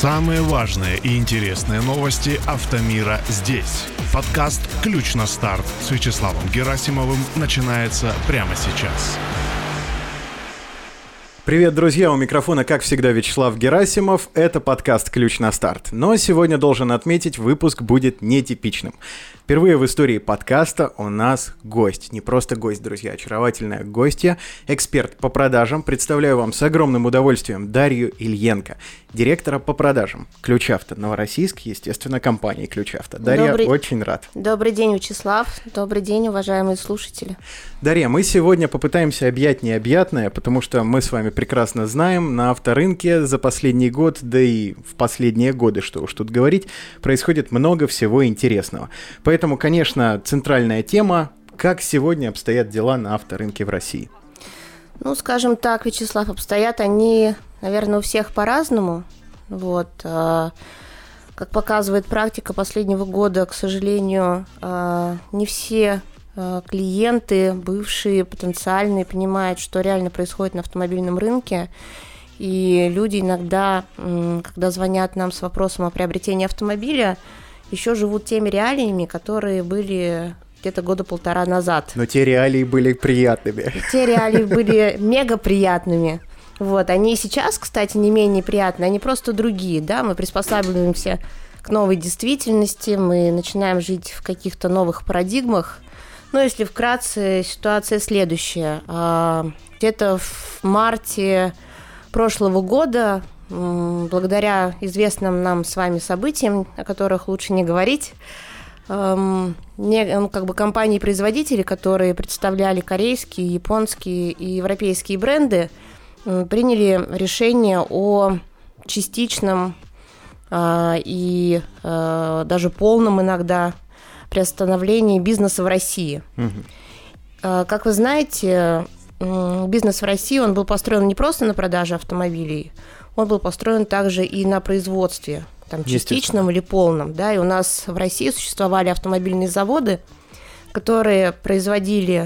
Самые важные и интересные новости автомира здесь. Подкаст «Ключ на старт» с Вячеславом Герасимовым начинается прямо сейчас. Привет, друзья! У микрофона, как всегда, Вячеслав Герасимов. Это подкаст «Ключ на старт». Но сегодня, должен отметить, выпуск будет нетипичным. Впервые в истории подкаста у нас гость. Не просто гость, друзья, очаровательная гостья, эксперт по продажам. Представляю вам с огромным удовольствием Дарью Ильенко, директора по продажам «Ключ Авто» Новороссийск, естественно, компании «Ключ Авто». Дарья, очень рад. Добрый день, Вячеслав. Добрый день, уважаемые слушатели. Дарья, мы сегодня попытаемся объять необъятное, потому что мы с вами прекрасно знаем, на авторынке за последний год, да и в последние годы, что уж тут говорить, происходит много всего интересного. Поэтому, конечно, центральная тема – как сегодня обстоят дела на авторынке в России? Ну, скажем так, Вячеслав, обстоят они, наверное, у всех по-разному. Как показывает практика последнего года, к сожалению, не все клиенты, бывшие, потенциальные, понимают, что реально происходит на автомобильном рынке. И люди иногда, когда звонят нам с вопросом о приобретении автомобиля, еще живут теми реалиями, которые были где-то года полтора назад. Но те реалии были приятными. Те реалии были мега приятными. Они и сейчас, кстати, не менее приятные, они просто другие, да, мы приспосабливаемся к новой действительности, мы начинаем жить в каких-то новых парадигмах. Но если вкратце, ситуация следующая. Где-то в марте прошлого года, благодаря известным нам с вами событиям, о которых лучше не говорить, компании-производители, которые представляли корейские, японские и европейские бренды, приняли решение о частичном и даже полном иногда приостановлении бизнеса в России. Как вы знаете, бизнес в России, он был построен не просто на продаже автомобилей, он был построен также и на производстве, частичном или полном. Да? И у нас в России существовали автомобильные заводы, которые производили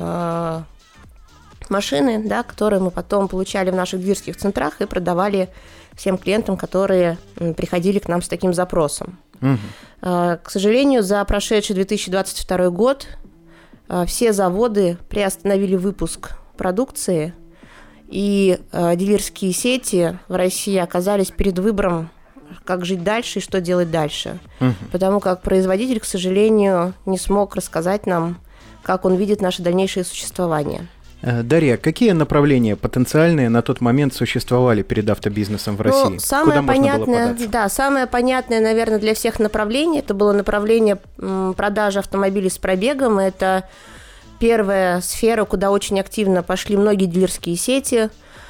машины, да, которые мы потом получали в наших дилерских центрах и продавали всем клиентам, которые приходили к нам с таким запросом. К сожалению, за прошедший 2022 год все заводы приостановили выпуск продукции, и дилерские сети в России оказались перед выбором, как жить дальше и что делать дальше. Потому как производитель, к сожалению, не смог рассказать нам, как он видит наше дальнейшее существование. Дарья, какие направления потенциальные на тот момент существовали перед автобизнесом в России? Самое понятное, наверное, для всех направлений, это было направление продажи автомобилей с пробегом. Это первая сфера, куда очень активно пошли многие дилерские сети.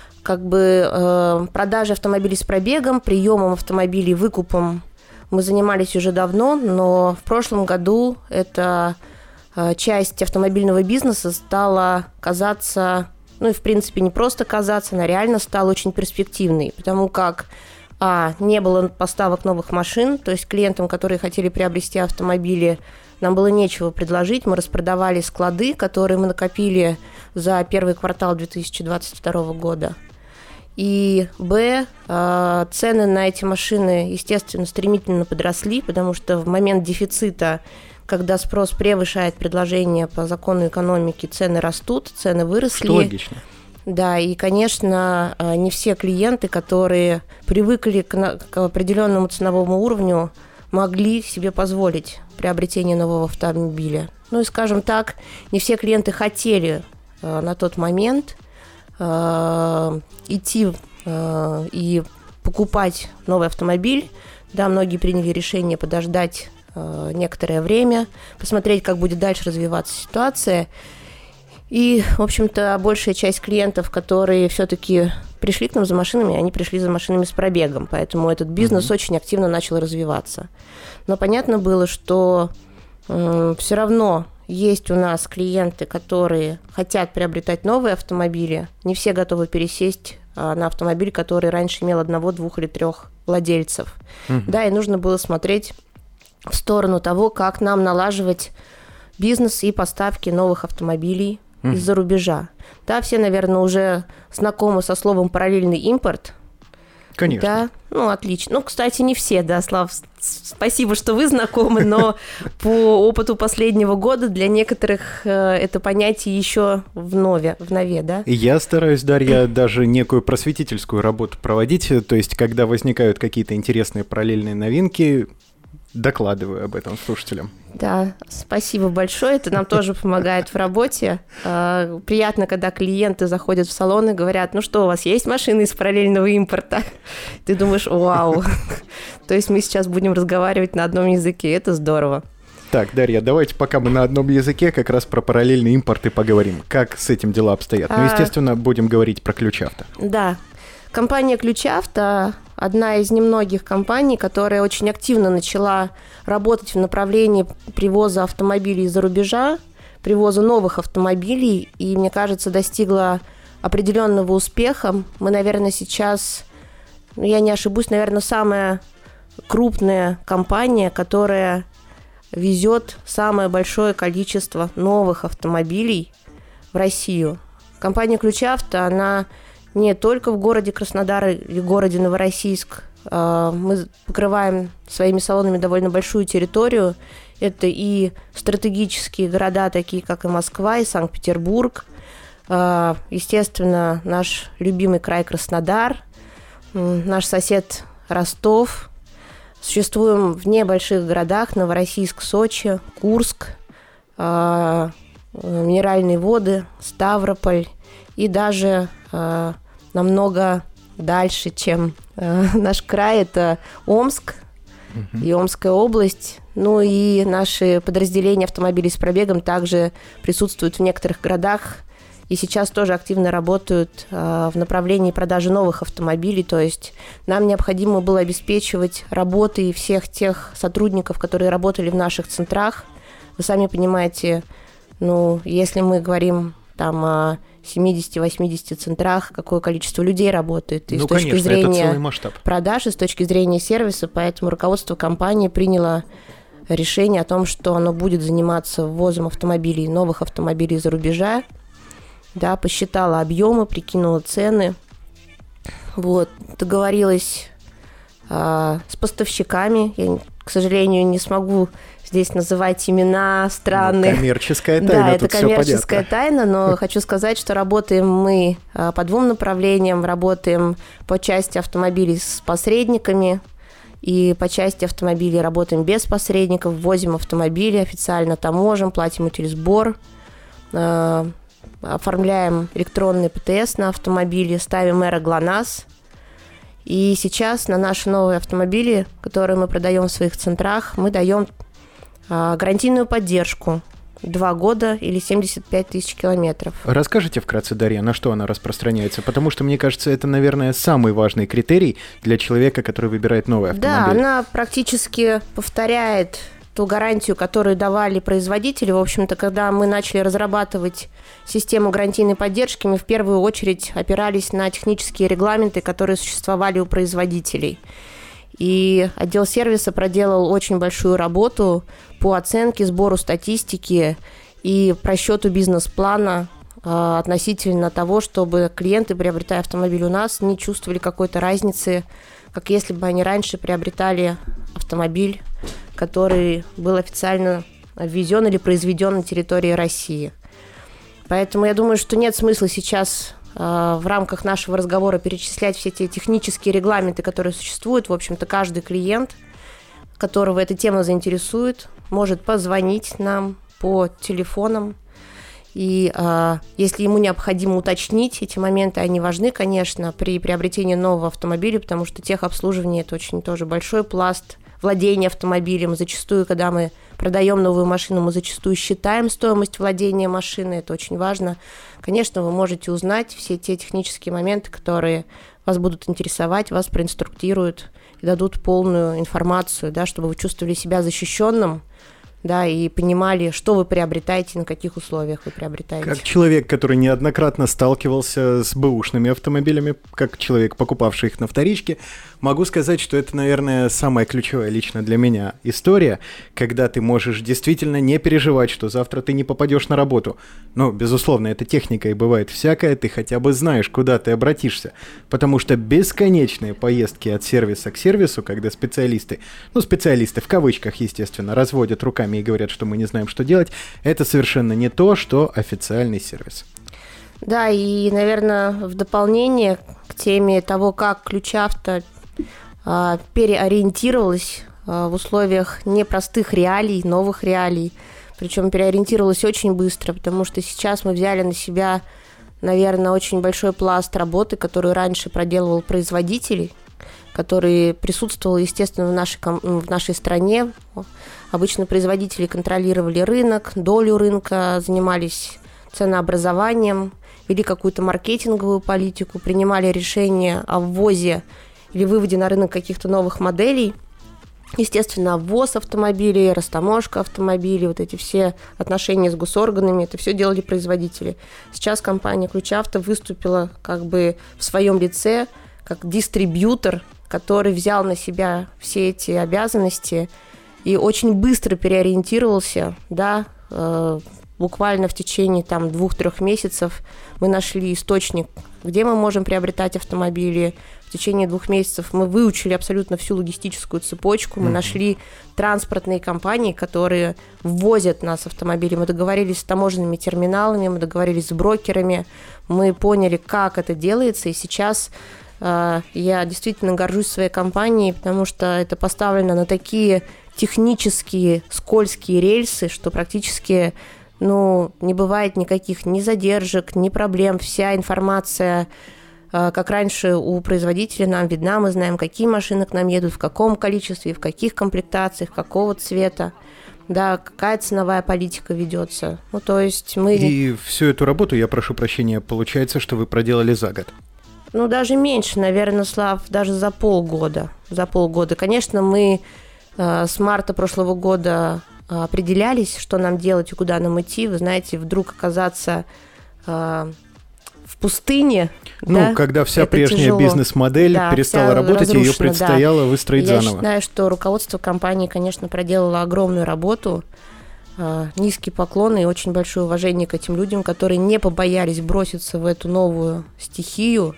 Продажи автомобилей с пробегом, приемом автомобилей, выкупом мы занимались уже давно, но в прошлом году это часть автомобильного бизнеса стала казаться, и в принципе не просто казаться, она реально стала очень перспективной, потому как не было поставок новых машин, то есть клиентам, которые хотели приобрести автомобили, нам было нечего предложить, мы распродавали склады, которые мы накопили за первый квартал 2022 года. И цены на эти машины, естественно, стремительно подросли, потому что в момент дефицита, когда спрос превышает предложение по закону экономики, цены растут, цены выросли. Что логично. Да, и, конечно, не все клиенты, которые привыкли к определенному ценовому уровню, могли себе позволить приобретение нового автомобиля. И, скажем так, не все клиенты хотели на тот момент идти и покупать новый автомобиль. Да, многие приняли решение подождать некоторое время, посмотреть, как будет дальше развиваться ситуация. И, в общем-то, большая часть клиентов, которые все-таки пришли к нам за машинами, они пришли за машинами с пробегом, поэтому этот бизнес очень активно начал развиваться. Но понятно было, что все равно есть у нас клиенты, которые хотят приобретать новые автомобили, не все готовы пересесть на автомобиль, который раньше имел 1, 2 или 3 владельцев. Да, и нужно было смотреть в сторону того, как нам налаживать бизнес и поставки новых автомобилей из-за рубежа. Да, все, наверное, уже знакомы со словом «параллельный импорт». Конечно. Да, отлично. Кстати, не все, да, Слав, спасибо, что вы знакомы, но по опыту последнего года для некоторых это понятие еще в нове, да? Я стараюсь, Дарья, даже некую просветительскую работу проводить, то есть, когда возникают какие-то интересные параллельные новинки, докладываю об этом слушателям. Да, спасибо большое, это нам тоже помогает в работе. Приятно, когда клиенты заходят в салон и говорят: ну что, у вас есть машины из параллельного импорта? Ты думаешь: вау, то есть мы сейчас будем разговаривать на одном языке, это здорово. Так, Дарья, давайте пока мы на одном языке как раз про параллельный импорт и поговорим. Как с этим дела обстоят? Естественно, будем говорить про Ключавто. Да, компания Ключавто – одна из немногих компаний, которая очень активно начала работать в направлении привоза автомобилей из-за рубежа, привоза новых автомобилей, и, мне кажется, достигла определенного успеха. Мы, наверное, сейчас, я не ошибусь, наверное, самая крупная компания, которая везет самое большое количество новых автомобилей в Россию. Компания Ключавто, она не только в городе Краснодар или городе Новороссийск. Мы покрываем своими салонами довольно большую территорию. Это и стратегические города, такие как и Москва, и Санкт-Петербург. Естественно, наш любимый край Краснодар, наш сосед Ростов. Существуем в небольших городах: Новороссийск, Сочи, Курск, Минеральные воды, Ставрополь и даже намного дальше, чем наш край, это Омск и Омская область. Ну и наши подразделения автомобилей с пробегом также присутствуют в некоторых городах и сейчас тоже активно работают в направлении продажи новых автомобилей. То есть нам необходимо было обеспечивать работой всех тех сотрудников, которые работали в наших центрах. Вы сами понимаете, если мы говорим там о 70-80 центрах, какое количество людей работает. И с точки зрения продаж, и с точки зрения сервиса, поэтому руководство компании приняло решение о том, что оно будет заниматься ввозом автомобилей, новых автомобилей из-за рубежа. Да, посчитала объемы, прикинула цены. Договорилась с поставщиками. Я, к сожалению, не смогу здесь называть имена, страны. Коммерческая тайна, да, это коммерческая тайна, но хочу сказать, что работаем мы по двум направлениям. Работаем по части автомобилей с посредниками и по части автомобилей работаем без посредников. Ввозим автомобили, официально таможим, платим утилизбор, оформляем электронный ПТС на автомобиле, ставим эро ГЛОНАСС. И сейчас на наши новые автомобили, которые мы продаем в своих центрах, мы даем гарантийную поддержку 2 года или 75 тысяч километров. Расскажите вкратце, Дарья, на что она распространяется? Потому что, мне кажется, это, наверное, самый важный критерий для человека, который выбирает новый автомобиль. Да, она практически повторяет ту гарантию, которую давали производители. В общем-то, когда мы начали разрабатывать систему гарантийной поддержки, мы в первую очередь опирались на технические регламенты, которые существовали у производителей. И отдел сервиса проделал очень большую работу по оценке, сбору статистики и просчету бизнес-плана относительно того, чтобы клиенты, приобретая автомобиль у нас, не чувствовали какой-то разницы, как если бы они раньше приобретали автомобиль, который был официально ввезен или произведен на территории России. Поэтому я думаю, что нет смысла сейчас в рамках нашего разговора перечислять все те технические регламенты, которые существуют. В общем-то, каждый клиент, которого эта тема заинтересует, может позвонить нам по телефонам. И если ему необходимо уточнить, эти моменты, они важны, конечно, при приобретении нового автомобиля, потому что техобслуживание – это очень тоже большой пласт владения автомобилем. Зачастую, когда мы продаем новую машину, мы зачастую считаем стоимость владения машины, это очень важно. Конечно, вы можете узнать все те технические моменты, которые вас будут интересовать, вас проинструктируют и дадут полную информацию, да, чтобы вы чувствовали себя защищенным да, и понимали, что вы приобретаете, на каких условиях вы приобретаете. Как человек, который неоднократно сталкивался с бэушными автомобилями, как человек, покупавший их на вторичке, могу сказать, что это, наверное, самая ключевая лично для меня история, когда ты можешь действительно не переживать, что завтра ты не попадешь на работу. Но, безусловно, это техника и бывает всякое, ты хотя бы знаешь, куда ты обратишься, потому что бесконечные поездки от сервиса к сервису, когда специалисты в кавычках, естественно, разводят руками и говорят, что мы не знаем, что делать, это совершенно не то, что официальный сервис. Да, и, наверное, в дополнение к теме того, как Ключавто переориентировалась в условиях непростых реалий, новых реалий, причем переориентировалась очень быстро, потому что сейчас мы взяли на себя, наверное, очень большой пласт работы, которую раньше проделывал производитель, который присутствовал, естественно, в нашей стране. Обычно производители контролировали рынок, долю рынка, занимались ценообразованием, вели какую-то маркетинговую политику, принимали решения о ввозе или выводе на рынок каких-то новых моделей. Естественно, ввоз автомобилей, растаможка автомобилей, вот эти все отношения с госорганами, это все делали производители. Сейчас компания Ключавто выступила как бы в своем лице как дистрибьютор, который взял на себя все эти обязанности и очень быстро переориентировался, да, буквально в течение 2-3 месяцев мы нашли источник, где мы можем приобретать автомобили. В течение 2 месяцев мы выучили абсолютно всю логистическую цепочку, мы нашли транспортные компании, которые ввозят нас автомобили. Мы договорились с таможенными терминалами, мы договорились с брокерами, мы поняли, как это делается, и сейчас я действительно горжусь своей компанией, потому что это поставлено на такие технические скользкие рельсы, что практически не бывает никаких ни задержек, ни проблем. Вся информация, как раньше у производителя, нам видна, мы знаем, какие машины к нам едут, в каком количестве, в каких комплектациях, какого цвета, да, какая ценовая политика ведется. То есть мы... И всю эту работу, я прошу прощения, получается, что вы проделали за год? Даже меньше, наверное, Слав, даже за полгода. Конечно, мы с марта прошлого года определялись, что нам делать и куда нам идти. Вы знаете, вдруг оказаться в пустыне. Когда вся прежняя бизнес-модель перестала работать, и ее предстояло выстроить заново. Я считаю, что руководство компании, конечно, проделало огромную работу. Низкий поклон и очень большое уважение к этим людям, которые не побоялись броситься в эту новую стихию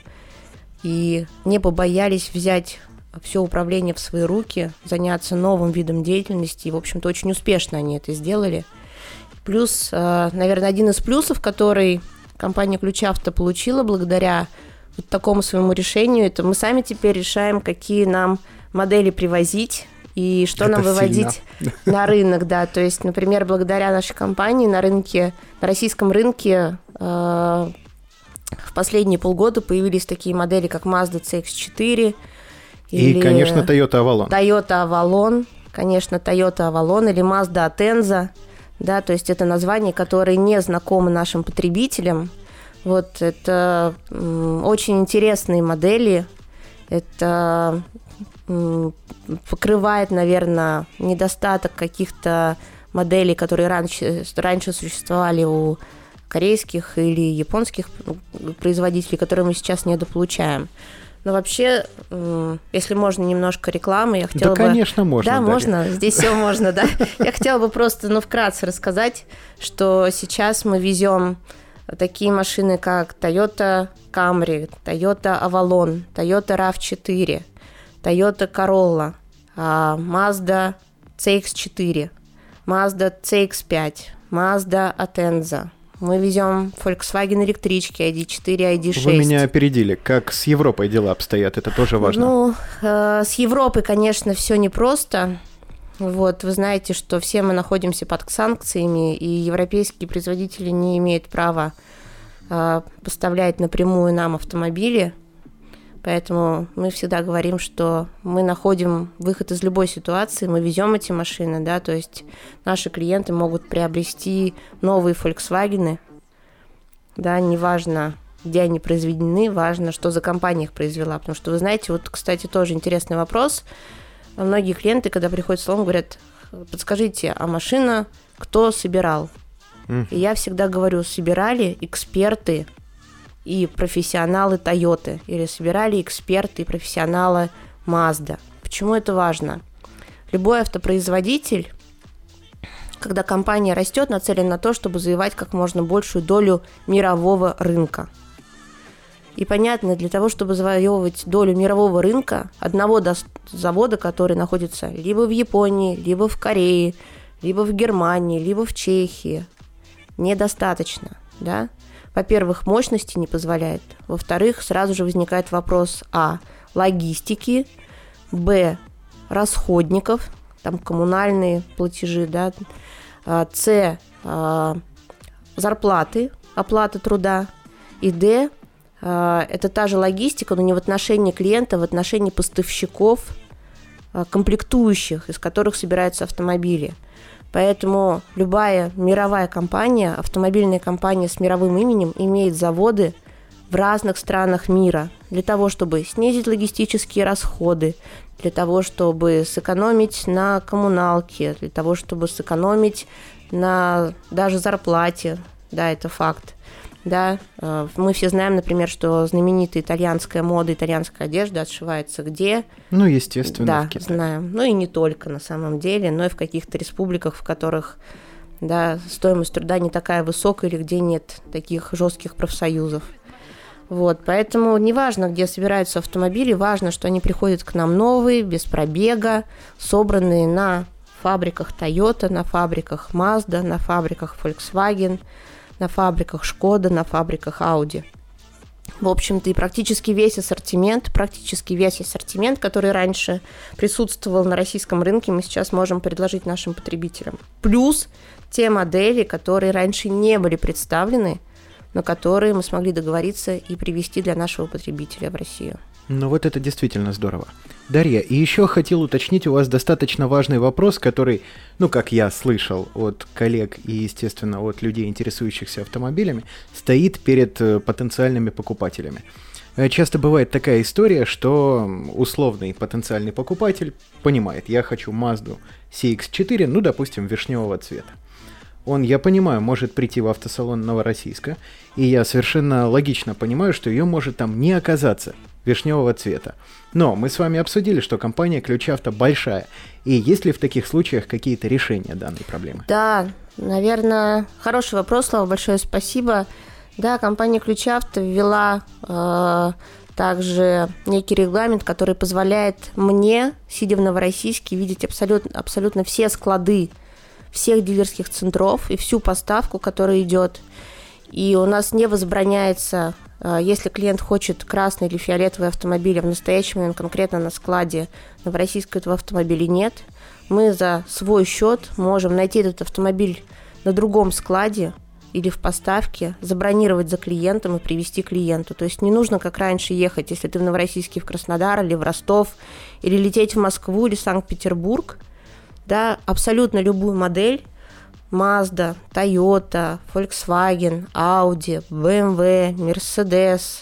и не побоялись взять все управление в свои руки, заняться новым видом деятельности. И, в общем-то, очень успешно они это сделали. Плюс, наверное, один из плюсов, который компания Ключавто получила благодаря вот такому своему решению, это мы сами теперь решаем, какие нам модели привозить и что это нам выводить на рынок. Да. То есть, например, благодаря нашей компании на российском рынке в последние полгода появились такие модели, как Mazda CX-4, и, конечно, Toyota Avalon. Конечно, Toyota Avalon или Mazda Atenza, да, то есть это названия, которые не знакомы нашим потребителям. Вот это очень интересные модели, это покрывает, наверное, недостаток каких-то моделей, которые раньше существовали у корейских или японских производителей, которые мы сейчас недополучаем. Но вообще, если можно, немножко рекламы, я хотела бы... Да, конечно, можно. Да, можно, здесь все можно, да. Я хотела бы просто, вкратце рассказать, что сейчас мы везем такие машины, как Toyota Camry, Toyota Avalon, Toyota RAV4, Toyota Corolla, Mazda CX-4, Mazda CX-5, Mazda Atenza. Мы везем Volkswagen электрички ID4, ID6. Вы меня опередили. Как с Европой дела обстоят? Это тоже важно. С Европой, конечно, все непросто. Вы знаете, что все мы находимся под санкциями, и европейские производители не имеют права поставлять напрямую нам автомобили. Поэтому мы всегда говорим, что мы находим выход из любой ситуации, мы везем эти машины, да, то есть наши клиенты могут приобрести новые Volkswagen, да, неважно, где они произведены, важно, что за компания их произвела, потому что, вы знаете, кстати, тоже интересный вопрос. Многие клиенты, когда приходят в салон, говорят: подскажите, а машина кто собирал? И я всегда говорю, собирали эксперты и профессионалы Toyota, или собирали эксперты и профессионалы Mazda. Почему это важно? Любой автопроизводитель, когда компания растет, нацелен на то, чтобы завоевать как можно большую долю мирового рынка. И понятно, для того, чтобы завоевывать долю мирового рынка, одного завода, который находится либо в Японии, либо в Корее, либо в Германии, либо в Чехии, недостаточно, да? Во-первых, мощности не позволяет. Во-вторых, сразу же возникает вопрос логистики, расходников, там коммунальные платежи, да, зарплаты, оплата труда, и это та же логистика, но не в отношении клиента, а в отношении поставщиков, комплектующих, из которых собираются автомобили. Поэтому любая мировая компания, автомобильная компания с мировым именем, имеет заводы в разных странах мира для того, чтобы снизить логистические расходы, для того, чтобы сэкономить на коммуналке, для того, чтобы сэкономить на даже зарплате. Да, это факт. Да, мы все знаем, например, что знаменитая итальянская мода, итальянская одежда отшивается где? Ну, естественно, да, в Китае. Знаем. Ну и не только на самом деле, но и в каких-то республиках, в которых, да, стоимость труда не такая высокая или где нет таких жестких профсоюзов. Вот, поэтому неважно, где собираются автомобили, важно, что они приходят к нам новые, без пробега, собранные на фабриках Toyota, на фабриках Mazda, на фабриках Volkswagen, на фабриках Шкода, на фабриках Audi. В общем-то, и практически весь ассортимент, который раньше присутствовал на российском рынке, мы сейчас можем предложить нашим потребителям. Плюс те модели, которые раньше не были представлены, но которые мы смогли договориться и привезти для нашего потребителя в Россию. Ну вот это действительно здорово. Дарья, и еще хотел уточнить у вас достаточно важный вопрос, который, как я слышал от коллег и, естественно, от людей, интересующихся автомобилями, стоит перед потенциальными покупателями. Часто бывает такая история, что условный потенциальный покупатель понимает, я хочу Mazda CX-4, допустим, вишневого цвета. Он, я понимаю, может прийти в автосалон Новороссийска, и я совершенно логично понимаю, что ее может там не оказаться вишневого цвета. Но мы с вами обсудили, что компания Ключавто большая. И есть ли в таких случаях какие-то решения данной проблемы? Да, наверное, хороший вопрос, Слава, большое спасибо. Да, компания Ключавто ввела также некий регламент, который позволяет мне, сидя в Новороссийске, видеть абсолютно все склады всех дилерских центров и всю поставку, которая идет. И у нас не возбраняется, если клиент хочет красный или фиолетовый автомобиль, а в настоящий момент конкретно на складе Новороссийска этого автомобиля нет, мы за свой счет можем найти этот автомобиль на другом складе или в поставке, забронировать за клиентом и привезти клиенту. То есть не нужно, как раньше, ехать, если ты в Новороссийске, в Краснодар или в Ростов, или лететь в Москву или Санкт-Петербург. Да, абсолютно любую модель Mazda, Toyota, Volkswagen, Audi, BMW, Mercedes,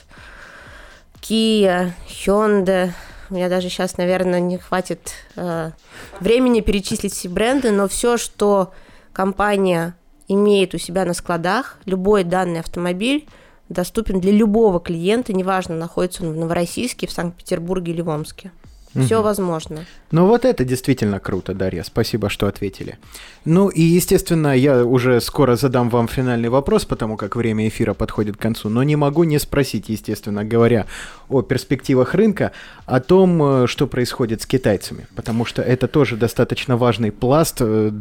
Kia, Hyundai. У меня даже сейчас, наверное, не хватит времени перечислить все бренды, но все, что компания имеет у себя на складах, любой данный автомобиль доступен для любого клиента, неважно, находится он в Новороссийске, в Санкт-Петербурге или в Омске. Все возможно. Ну вот это действительно круто, Дарья, спасибо, что ответили. Ну и, естественно, я уже скоро задам вам финальный вопрос, потому как время эфира подходит к концу, но не могу не спросить, естественно, говоря о перспективах рынка, о том, что происходит с китайцами, потому что это тоже достаточно важный пласт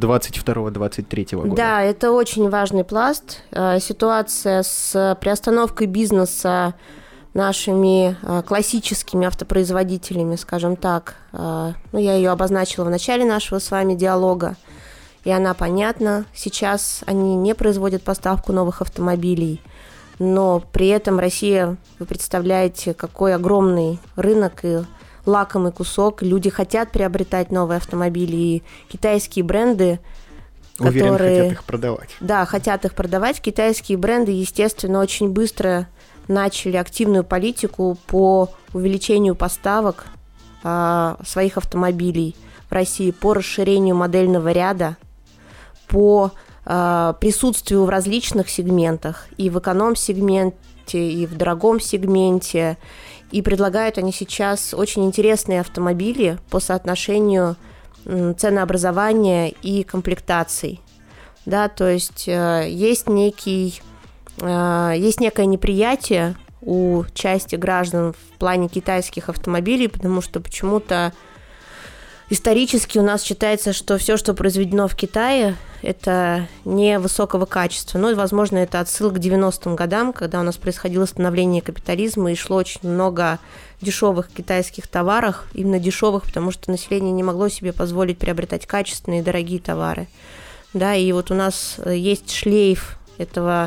22-23 года. Да, это очень важный пласт. Ситуация с приостановкой бизнеса нашими классическими автопроизводителями, скажем так. Я ее обозначила в начале нашего с вами диалога, и она понятна. Сейчас они не производят поставку новых автомобилей, но при этом Россия, вы представляете, какой огромный рынок и лакомый кусок. Люди хотят приобретать новые автомобили, и китайские бренды, уверен, хотят их продавать. Да, хотят их продавать. Китайские бренды, естественно, очень быстро начали активную политику по увеличению поставок своих автомобилей в России по расширению модельного ряда, по присутствию в различных сегментах, и в эконом-сегменте, и в дорогом сегменте. И предлагают они сейчас очень интересные автомобили по соотношению ценообразования и комплектаций. Да, то есть есть некое неприятие у части граждан в плане китайских автомобилей, потому что почему-то исторически у нас считается, что все, что произведено в Китае, это не высокого качества. Ну, и, возможно, это отсылка к 90-м годам, когда у нас происходило становление капитализма и шло очень много дешевых китайских товаров, именно дешевых, потому что население не могло себе позволить приобретать качественные и дорогие товары. Да, и вот у нас есть шлейф этого,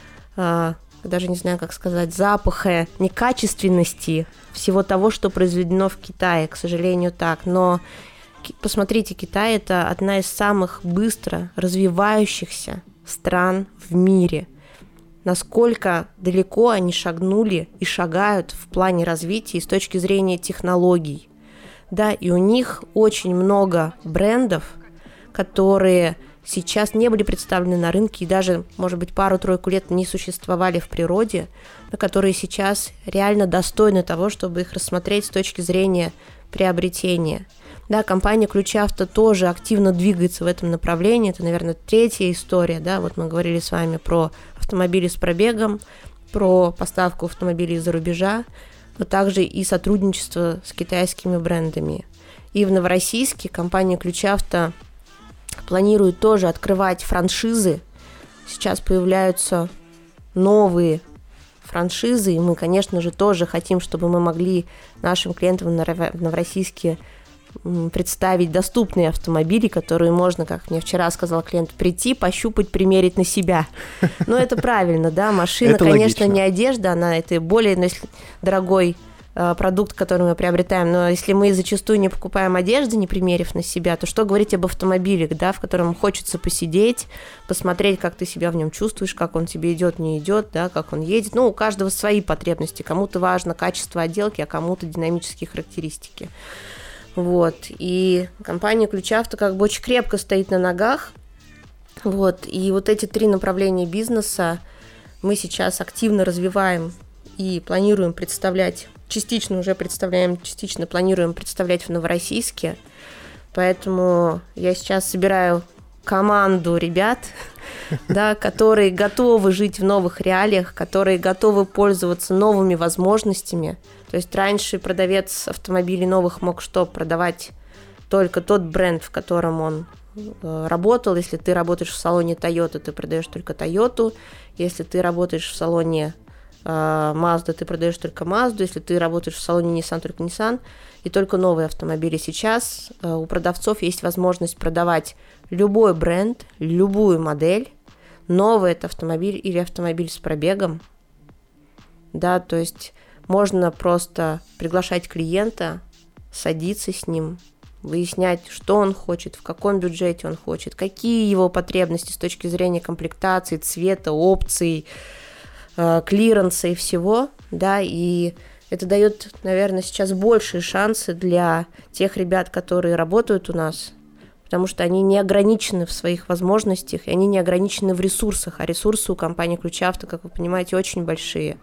даже не знаю, как сказать, запаха некачественности всего того, что произведено в Китае, к сожалению, так. Но посмотрите, Китай – это одна из самых быстро развивающихся стран в мире. Насколько далеко они шагнули и шагают в плане развития и с точки зрения технологий. Да, и у них очень много брендов, которые сейчас не были представлены на рынке и даже, может быть, пару-тройку лет не существовали в природе, но которые сейчас реально достойны того, чтобы их рассмотреть с точки зрения приобретения. Да, компания Ключи Авто тоже активно двигается в этом направлении. Это, наверное, третья история. Да? Вот мы говорили с вами про автомобили с пробегом, про поставку автомобилей из-за рубежа, но также и сотрудничество с китайскими брендами. И в Новороссийске компания Ключи Авто планирует тоже открывать франшизы. Сейчас появляются новые франшизы, и мы, конечно же, тоже хотим, чтобы мы могли нашим клиентам в Новороссийске представить доступные автомобили, которые можно, как мне вчера сказал клиент, прийти, пощупать, примерить на себя. Но это правильно, да, машина, это конечно, логично. не одежда, она это более дорогой продукт, который мы приобретаем, но если мы зачастую не покупаем одежду, не примерив на себя, то что говорить об автомобиле, да, в котором хочется посидеть, посмотреть, как ты себя в нем чувствуешь, как он тебе идет, не идет, да, как он едет. Ну, у каждого свои потребности. Кому-то важно качество отделки, а кому-то динамические характеристики. Вот. И компания Ключи Авто как бы очень крепко стоит на ногах. Вот. И вот эти три направления бизнеса мы сейчас активно развиваем и планируем представлять. Частично уже представляем, частично планируем представлять в Новороссийске. Поэтому я сейчас собираю команду ребят, да, которые готовы жить в новых реалиях, которые готовы пользоваться новыми возможностями. То есть раньше продавец автомобилей новых мог что? Продавать только тот бренд, в котором он работал. Если ты работаешь в салоне Toyota, ты продаешь только Toyota. Если ты работаешь в салоне Mazda, ты продаешь только Mazda. Если ты работаешь в салоне Nissan, только Nissan. И только новые автомобили. Сейчас у продавцов есть возможность продавать любой бренд, любую модель. Новый это автомобиль или автомобиль с пробегом. Да, то есть можно просто приглашать клиента, садиться с ним, выяснять, что он хочет, в каком бюджете он хочет, какие его потребности с точки зрения комплектации, цвета, опций, клиренса и всего, да, и это дает, наверное, сейчас большие шансы для тех ребят, которые работают у нас, потому что они не ограничены в своих возможностях, и они не ограничены в ресурсах, а ресурсы у компании Ключи Авто, как вы понимаете, очень большие.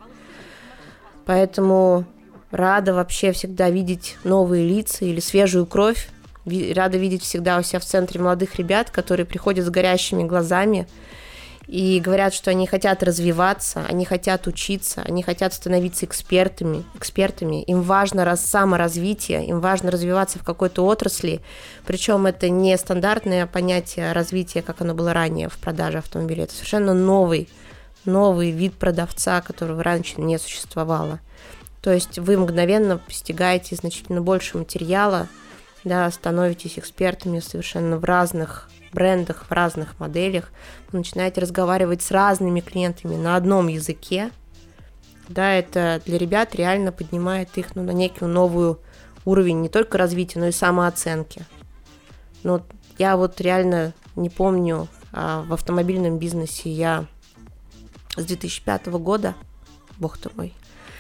Поэтому рада вообще всегда видеть новые лица или свежую кровь, рада видеть всегда у себя в центре молодых ребят, которые приходят с горящими глазами, и говорят, что они хотят развиваться, они хотят учиться, они хотят становиться экспертами. Им важно саморазвитие, им важно развиваться в какой-то отрасли. Причем это не стандартное понятие развития, как оно было ранее в продаже автомобилей. Это совершенно новый вид продавца, которого раньше не существовало. То есть вы мгновенно постигаете значительно больше материала, да, становитесь экспертами совершенно в разных брендах, в разных моделях, вы начинаете разговаривать с разными клиентами на одном языке, да, это для ребят реально поднимает их на некий новый уровень не только развития, но и самооценки. Но я вот реально не помню, в автомобильном бизнесе я с 2005 года, бог ты мой,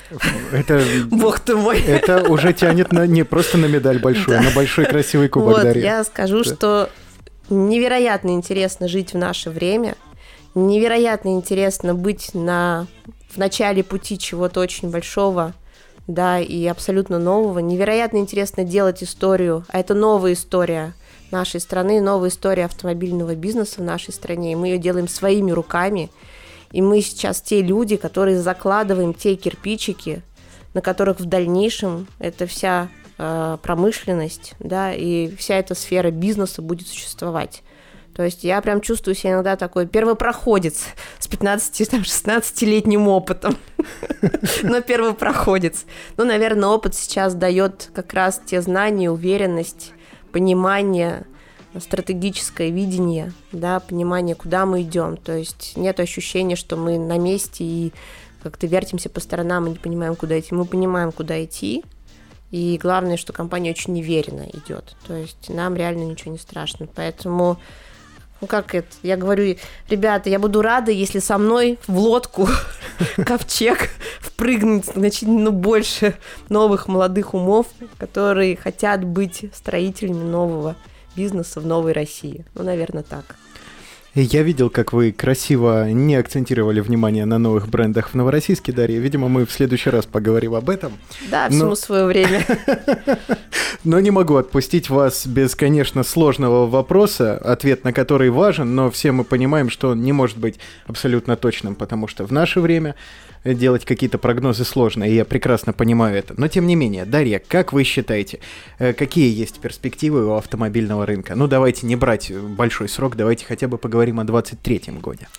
Это, Бог ты мой. Это уже тянет не просто на медаль большую, а на большой красивый кубок, Вот, Дарья. я скажу, что невероятно интересно жить в наше время, невероятно интересно быть в начале пути чего-то очень большого, да, и абсолютно нового. Невероятно интересно делать историю, а это новая история нашей страны, новая история автомобильного бизнеса в нашей стране, и мы ее делаем своими руками. И мы сейчас те люди, которые закладываем те кирпичики, на которых в дальнейшем эта вся промышленность, да, и вся эта сфера бизнеса будет существовать. То есть я прям чувствую себя иногда такой первопроходец с 15-16-летним опытом. Но первопроходец. Ну, наверное, опыт сейчас дает как раз те знания, уверенность, понимание, стратегическое видение, да, понимание, куда мы идем. То есть нет ощущения, что мы на месте и как-то вертимся по сторонам и не понимаем, куда идти. Мы понимаем, куда идти. И главное, что компания очень уверенно идет. То есть нам реально ничего не страшно. Поэтому, я говорю, ребята, я буду рада, если со мной в лодку ковчег впрыгнет значительно больше новых молодых умов, которые хотят быть строителями нового бизнеса в новой России. Ну, наверное, так. Я видел, как вы красиво не акцентировали внимание на новых брендах в Новороссийске, Дарья. Видимо, мы в следующий раз поговорим об этом. Да, всему свое время. Но не могу отпустить вас без, конечно, сложного вопроса, ответ на который важен, но все мы понимаем, что он не может быть абсолютно точным, потому что в наше время делать какие-то прогнозы сложно, и я прекрасно понимаю это. Но тем не менее, Дарья, как вы считаете, какие есть перспективы у автомобильного рынка? Ну, давайте не брать большой срок, давайте хотя бы поговорим о 2023 году.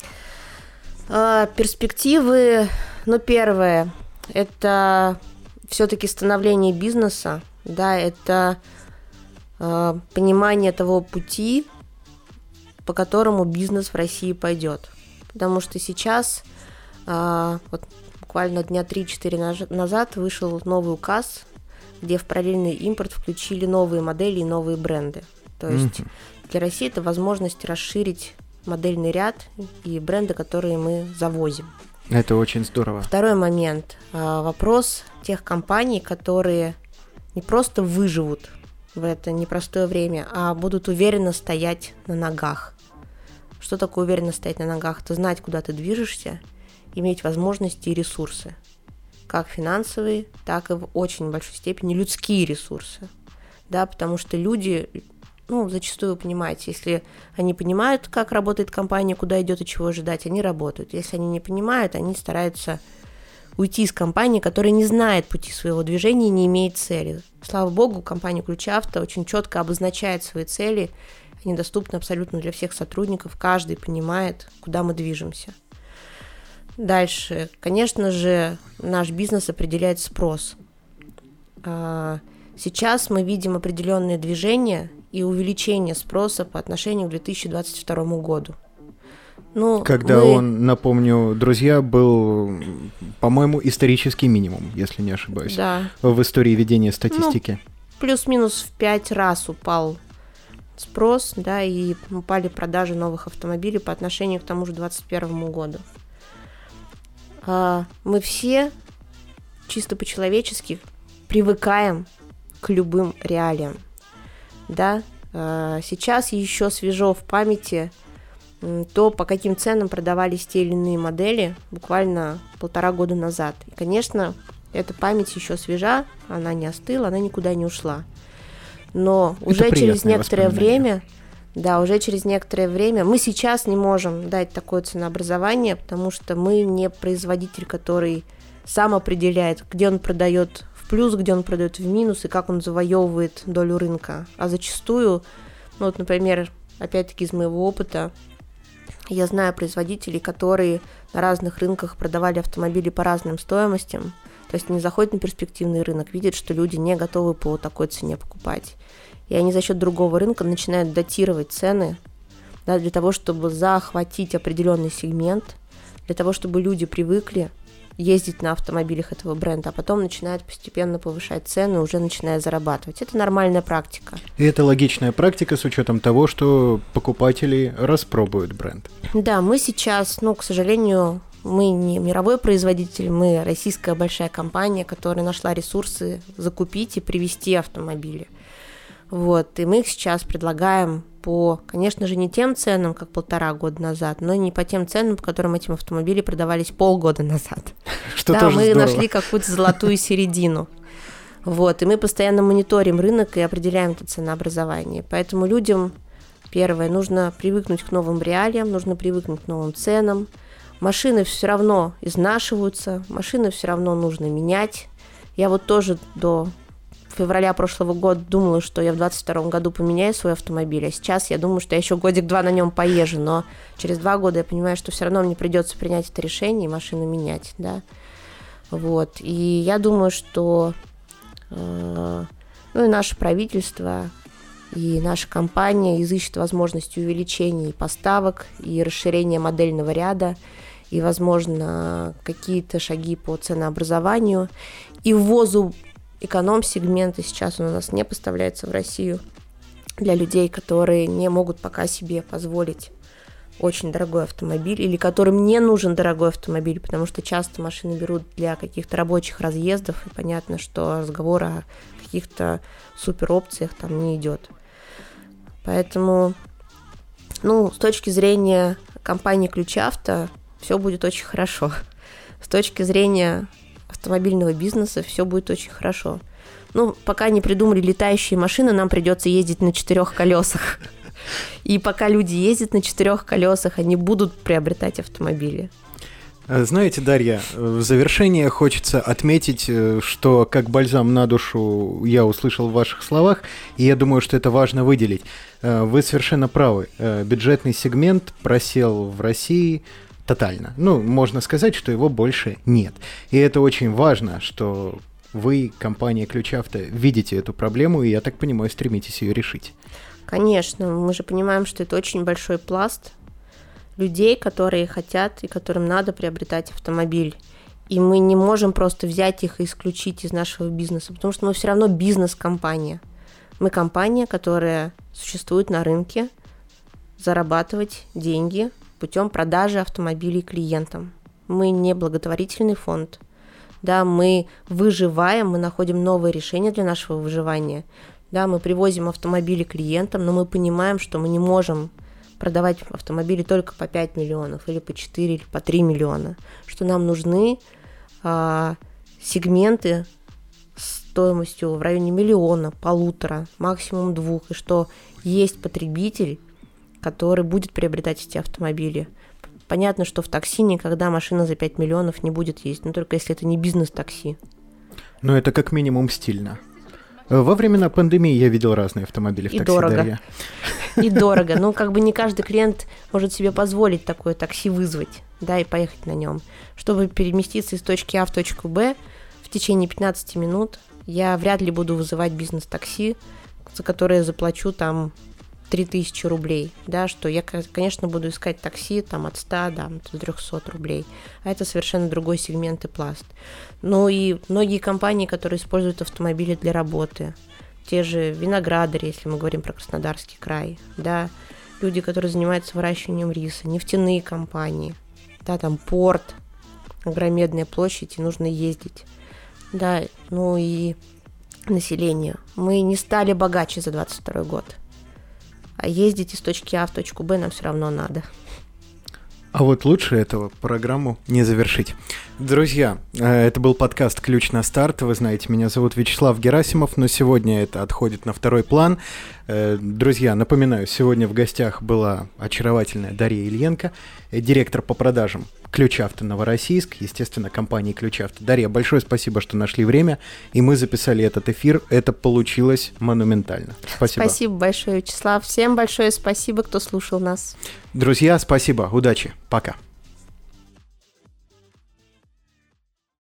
Перспективы, первое, это все-таки становление бизнеса, да, это понимание того пути, по которому бизнес в России пойдет. Потому что сейчас, буквально дня 3-4 назад вышел новый указ, где в параллельный импорт включили новые модели и новые бренды. То есть для России это возможность расширить модельный ряд и бренды, которые мы завозим. Это очень здорово. Второй момент. Вопрос тех компаний, которые не просто выживут в это непростое время, а будут уверенно стоять на ногах. Что такое уверенно стоять на ногах? Это знать, куда ты движешься, иметь возможности и ресурсы. Как финансовые, так и в очень большой степени людские ресурсы. Да, потому что люди, зачастую, вы понимаете, если они понимают, как работает компания, куда идет и чего ожидать, они работают. Если они не понимают, они стараются уйти из компании, которая не знает пути своего движения и не имеет цели. Слава богу, компания Ключ Авто очень четко обозначает свои цели. Они доступны абсолютно для всех сотрудников. Каждый понимает, куда мы движемся. Дальше. Конечно же, наш бизнес определяет спрос. Сейчас мы видим определенные движения и увеличение спроса по отношению к 2022 году. Когда он, напомню, друзья, был, по-моему, исторический минимум, если не ошибаюсь, да, в истории ведения статистики. Плюс-минус в 5 раз упал спрос, да, и упали продажи новых автомобилей по отношению к тому же 2021 году. Мы все чисто по-человечески привыкаем к любым реалиям, да. Сейчас еще свежо в памяти то, по каким ценам продавались те или иные модели буквально 1,5 года назад. И, конечно, эта память еще свежа, она не остыла, она никуда не ушла. Но уже через некоторое время, мы сейчас не можем дать такое ценообразование, потому что мы не производитель, который сам определяет, где он продает в плюс, где он продает в минус и как он завоевывает долю рынка. А зачастую, например, опять-таки из моего опыта, я знаю производителей, которые на разных рынках продавали автомобили по разным стоимостям. То есть они заходят на перспективный рынок, видят, что люди не готовы по такой цене покупать. И они за счет другого рынка начинают датировать цены, да, для того, чтобы захватить определенный сегмент, для того, чтобы люди привыкли ездить на автомобилях этого бренда, а потом начинают постепенно повышать цены, уже начиная зарабатывать. Это нормальная практика. И это логичная практика с учетом того, что покупатели распробуют бренд. Да, мы сейчас, к сожалению, Мы не мировой производитель, мы российская большая компания, которая нашла ресурсы закупить и привезти автомобили. Вот. И мы их сейчас предлагаем по, конечно же, не тем ценам, как 1,5 года назад, но и не по тем ценам, по которым эти автомобили продавались полгода назад. Что да, тоже мы здорово. нашли какую-то золотую середину. Вот. И мы постоянно мониторим рынок и определяем это ценообразование. Поэтому людям, первое, нужно привыкнуть к новым реалиям, нужно привыкнуть к новым ценам. Машины все равно изнашиваются, машины все равно нужно менять. Я вот тоже до февраля прошлого года думала, что я в 2022 году поменяю свой автомобиль, а сейчас я думаю, что я еще годик-два на нем поезжу, но через 2 года я понимаю, что все равно мне придется принять это решение и машину менять, да. Вот. И я думаю, что и наше правительство, и наша компания изыщет возможности увеличения поставок, и расширения модельного ряда, и, возможно, какие-то шаги по ценообразованию, и ввозу эконом-сегмента. Сейчас он у нас не поставляется в Россию для людей, которые не могут пока себе позволить очень дорогой автомобиль, или которым не нужен дорогой автомобиль, потому что часто машины берут для каких-то рабочих разъездов, и понятно, что разговор о каких-то суперопциях там не идет. Поэтому, с точки зрения компании «Ключавто» все будет очень хорошо. С точки зрения автомобильного бизнеса все будет очень хорошо. Пока не придумали летающие машины, нам придется ездить на 4 колесах. И пока люди ездят на 4 колесах, они будут приобретать автомобили. Знаете, Дарья, в завершение хочется отметить, что как бальзам на душу я услышал в ваших словах, и я думаю, что это важно выделить. Вы совершенно правы. Бюджетный сегмент просел в России тотально. Можно сказать, что его больше нет. И это очень важно, что вы, компания «Ключавто», видите эту проблему, и, я так понимаю, стремитесь ее решить. Конечно, мы же понимаем, что это очень большой пласт людей, которые хотят и которым надо приобретать автомобиль. И мы не можем просто взять их и исключить из нашего бизнеса, потому что мы все равно бизнес-компания. Мы компания, которая существует на рынке, зарабатывать деньги путем продажи автомобилей клиентам. Мы не благотворительный фонд. Да, мы выживаем, мы находим новые решения для нашего выживания. Да, мы привозим автомобили клиентам, но мы понимаем, что мы не можем продавать автомобили только по 5 миллионов, или по 4, или по 3 миллиона. Что нам нужны сегменты стоимостью в районе 1 миллиона, 1,5, максимум 2, и что есть потребитель, который будет приобретать эти автомобили. Понятно, что в такси никогда машина за 5 миллионов не будет ездить, только если это не бизнес-такси. Но это как минимум стильно. Во времена пандемии я видел разные автомобили в такси, дорого. Дарья. И дорого. Не каждый клиент может себе позволить такое такси вызвать, да, и поехать на нем. Чтобы переместиться из точки А в точку Б в течение 15 минут, я вряд ли буду вызывать бизнес-такси, за которое я заплачу 3000 рублей, да, что я, конечно, буду искать такси от 100 до 300 рублей, а это совершенно другой сегмент и пласт. И многие компании, которые используют автомобили для работы, те же виноградари, если мы говорим про Краснодарский край, да, люди, которые занимаются выращиванием риса, нефтяные компании, да, порт, огромная площадь, и нужно ездить, да, и население. Мы не стали богаче за 2022 год. А ездить из точки А в точку Б нам все равно надо. А вот лучше этого программу не завершить. Друзья, это был подкаст «Ключ на старт». Вы знаете, меня зовут Вячеслав Герасимов, но сегодня это отходит на второй план. Друзья, напоминаю, сегодня в гостях была очаровательная Дарья Ильенко, директор по продажам «Ключавто Новороссийск», естественно, компании «Ключавто». Дарья, большое спасибо, что нашли время, и мы записали этот эфир. Это получилось монументально. Спасибо. Спасибо большое, Вячеслав. Всем большое спасибо, кто слушал нас. Друзья, спасибо. Удачи. Пока.